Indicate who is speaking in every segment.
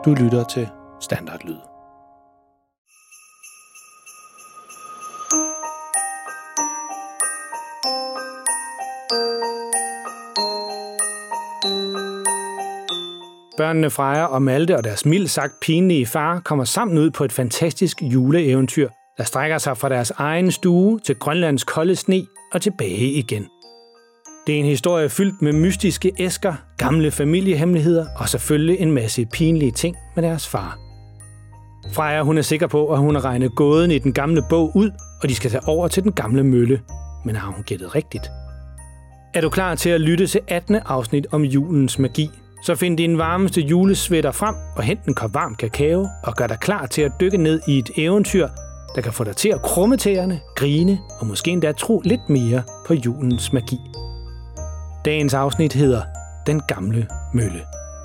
Speaker 1: Du lytter til Standardlyd. Børnene Freja og Malte og deres mildt sagt pinlige far kommer sammen ud på et fantastisk juleeventyr, der strækker sig fra deres egen stue til Grønlands kolde sne og tilbage igen. Det er en historie fyldt med mystiske æsker, gamle familiehemmeligheder og selvfølgelig en masse pinlige ting med deres far. Freja, hun er sikker på, at hun har regnet gåden i den gamle bog ud, og de skal tage over til den gamle mølle. Men har hun gættet rigtigt? Er du klar til at lytte til 18. afsnit om julens magi? Så find din varmeste julesvætter frem og hent en kop varm kakao og gør dig klar til at dykke ned i et eventyr, der kan få dig til at krumme tæerne, grine og måske endda tro lidt mere på julens magi. Dagens afsnit hedder Den gamle mølle.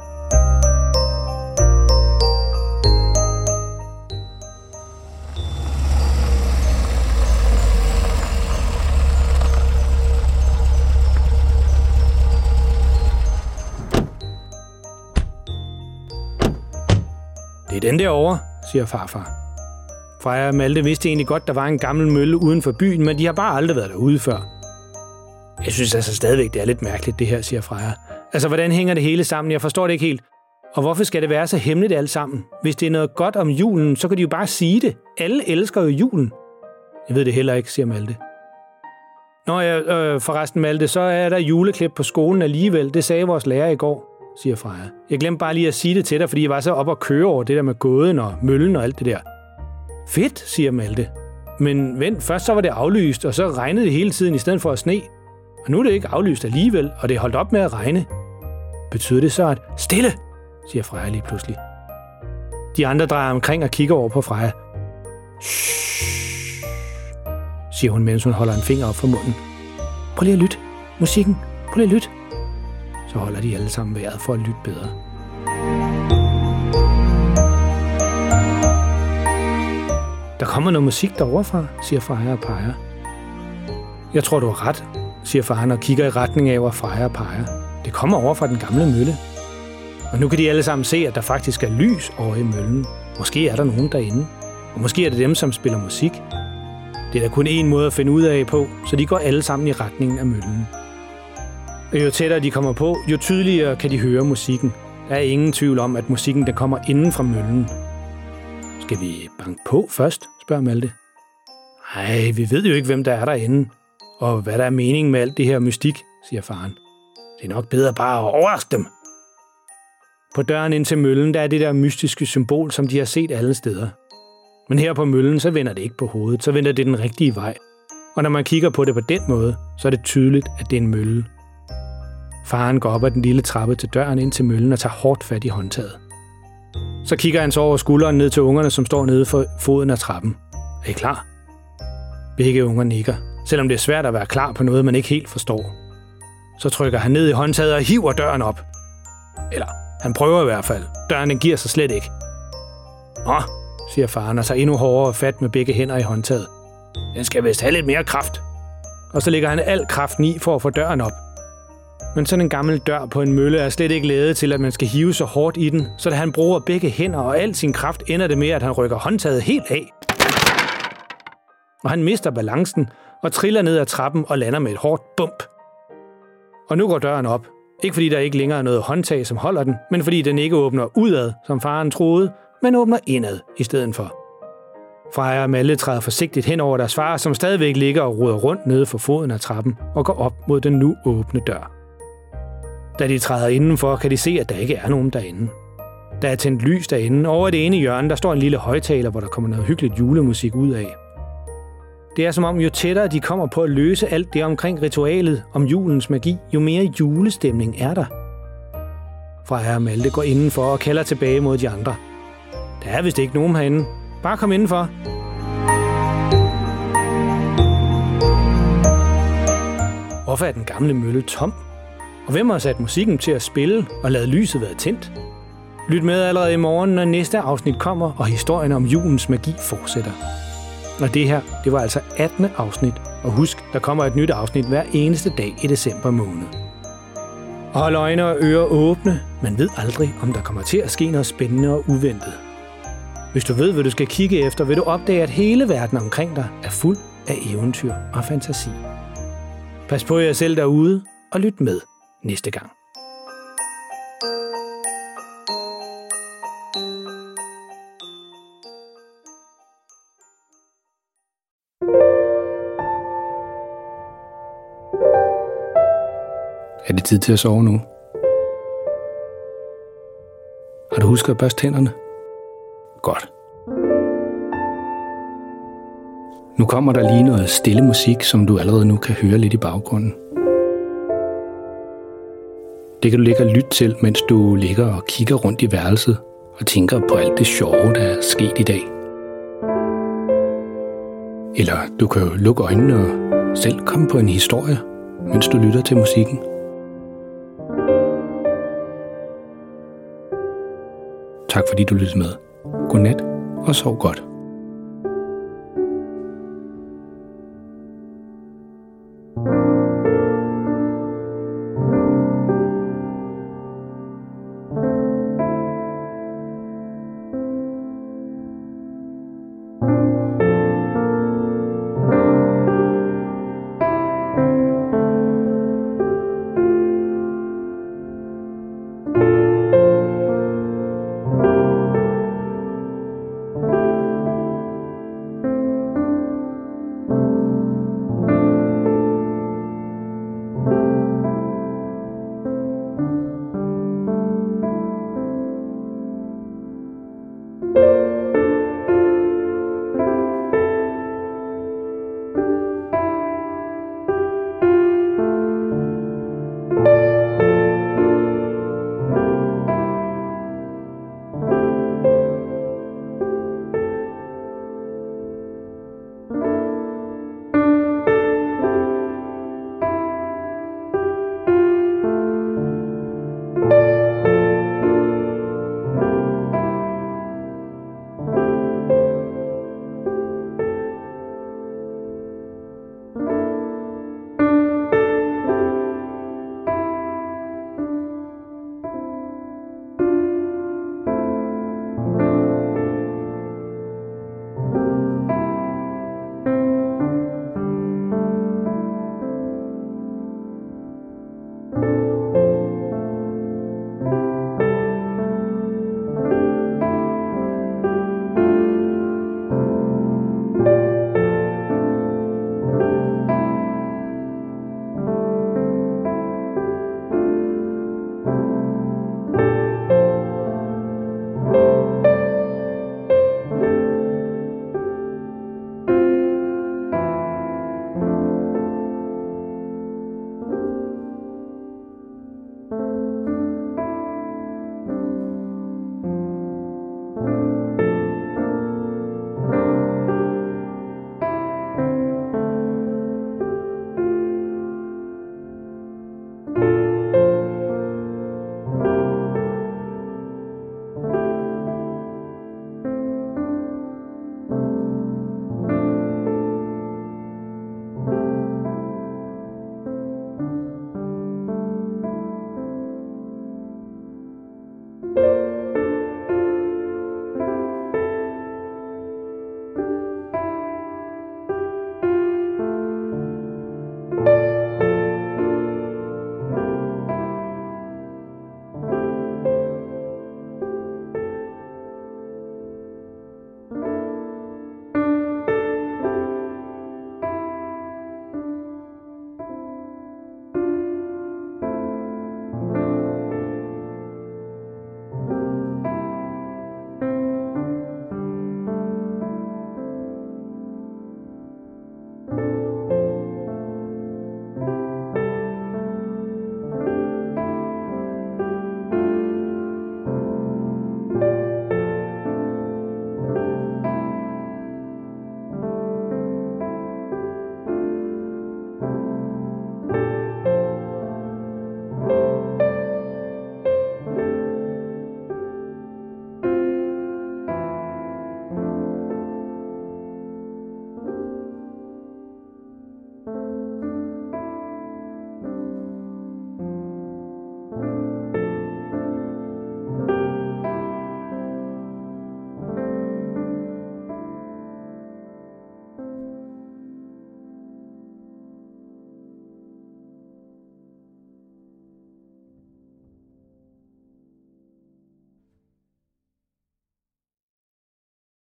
Speaker 1: Det er den derovre, siger farfar. Freja og Malte vidste egentlig godt, der var en gammel mølle uden for byen, men de har bare aldrig været derude før. Jeg synes altså stadigvæk, det er lidt mærkeligt, det her, siger Freja. Altså, hvordan hænger det hele sammen? Jeg forstår det ikke helt. Og hvorfor skal det være så hemmeligt alt sammen? Hvis det er noget godt om julen, så kan de jo bare sige det. Alle elsker jo julen. Jeg ved det heller ikke, siger Malte. Nå ja, forresten Malte, så er der juleklip på skolen alligevel. Det sagde vores lærer i går, siger Freja. Jeg glemte bare lige at sige det til dig, fordi jeg var så op og køre over det der med gåden og møllen og alt det der. Fedt, siger Malte. Men vent, først så var det aflyst, og så regnede det hele tiden i stedet for at sne. Og nu er det ikke aflyst alligevel, og det er holdt op med at regne. Betyder det så, at stille, siger Freja lige pludselig. De andre drejer omkring og kigger over på Freja. Shhh, siger hun, mens hun holder en finger op for munden. Prøv lige at lytte. Musikken. Prøv lige at lytte. Så holder de alle sammen vejret for at lytte bedre. Der kommer noget musik derovre fra, siger Freja og peger. Jeg tror, du har ret, siger faren og kigger i retning af, hvor Freja peger. Det kommer over fra den gamle mølle. Og nu kan de alle sammen se, at der faktisk er lys over i møllen. Måske er der nogen derinde. Og måske er det dem, som spiller musik. Det er der kun én måde at finde ud af på, så de går alle sammen i retningen af møllen. Og jo tættere de kommer på, jo tydeligere kan de høre musikken. Der er ingen tvivl om, at musikken der kommer inden fra møllen. Skal vi banke på først, spørger Malte. Nej, vi ved jo ikke, hvem der er derinde. Og hvad der er meningen med alt det her mystik, siger faren. Det er nok bedre bare at overraske dem. På døren ind til møllen, der er det der mystiske symbol, som de har set alle steder. Men her på møllen, så vender det ikke på hovedet, så vender det den rigtige vej. Og når man kigger på det på den måde, så er det tydeligt, at det er en mølle. Faren går op ad den lille trappe til døren ind til møllen og tager hårdt fat i håndtaget. Så kigger han så over skulderen ned til ungerne, som står nede for foden af trappen. Er I klar? Begge unger nikker, selvom det er svært at være klar på noget, man ikke helt forstår. Så trykker han ned i håndtaget og hiver døren op. Eller, han prøver i hvert fald. Døren den giver sig slet ikke. Nå, siger faren og tager endnu hårdere fat med begge hænder i håndtaget. Den skal vist have lidt mere kraft. Og så lægger han al kraften i for at få døren op. Men sådan en gammel dør på en mølle er slet ikke lavet til, at man skal hive så hårdt i den, så da han bruger begge hænder og al sin kraft, ender det med, at han rykker håndtaget helt af. Og han mister balancen og triller ned ad trappen og lander med et hårdt bump. Og nu går døren op. Ikke fordi der ikke længere er noget håndtag, som holder den, men fordi den ikke åbner udad, som faren troede, men åbner indad i stedet for. Freja og Malte træder forsigtigt hen over deres far, som stadigvæk ligger og roder rundt nede for foden af trappen og går op mod den nu åbne dør. Da de træder indenfor, kan de se, at der ikke er nogen derinde. Der er tændt lys derinde. Over det ene hjørne, der står en lille højtaler, hvor der kommer noget hyggeligt julemusik ud af. Det er som om, jo tættere de kommer på at løse alt det omkring ritualet om julens magi, jo mere julestemning er der. Freja og Malte går indenfor og kalder tilbage mod de andre. Der er vist ikke nogen herinde. Bare kom indenfor. Hvorfor er den gamle mølle tom? Og hvem har sat musikken til at spille og ladet lyset være tændt? Lyt med allerede i morgen, når næste afsnit kommer, og historien om julens magi fortsætter. Og det her, det var altså 18. afsnit. Og husk, der kommer et nyt afsnit hver eneste dag i december måned. Og hold øjne og ører åbne, Man ved aldrig, om der kommer til at ske noget spændende og uventet. Hvis du ved, hvad du skal kigge efter, vil du opdage, at hele verden omkring dig er fuld af eventyr og fantasi. Pas på jer selv derude, og lyt med næste gang. Er det tid til at sove nu? Har du husket at børste tænderne? Godt. Nu kommer der lige noget stille musik, som du allerede nu kan høre lidt i baggrunden. Det kan du ligge og lytte til, mens du ligger og kigger rundt i værelset og tænker på alt det sjove, der er sket i dag. Eller du kan jo lukke øjnene og selv komme på en historie, mens du lytter til musikken. Tak fordi du lyttede med. Godnat og sov godt.
Speaker 2: you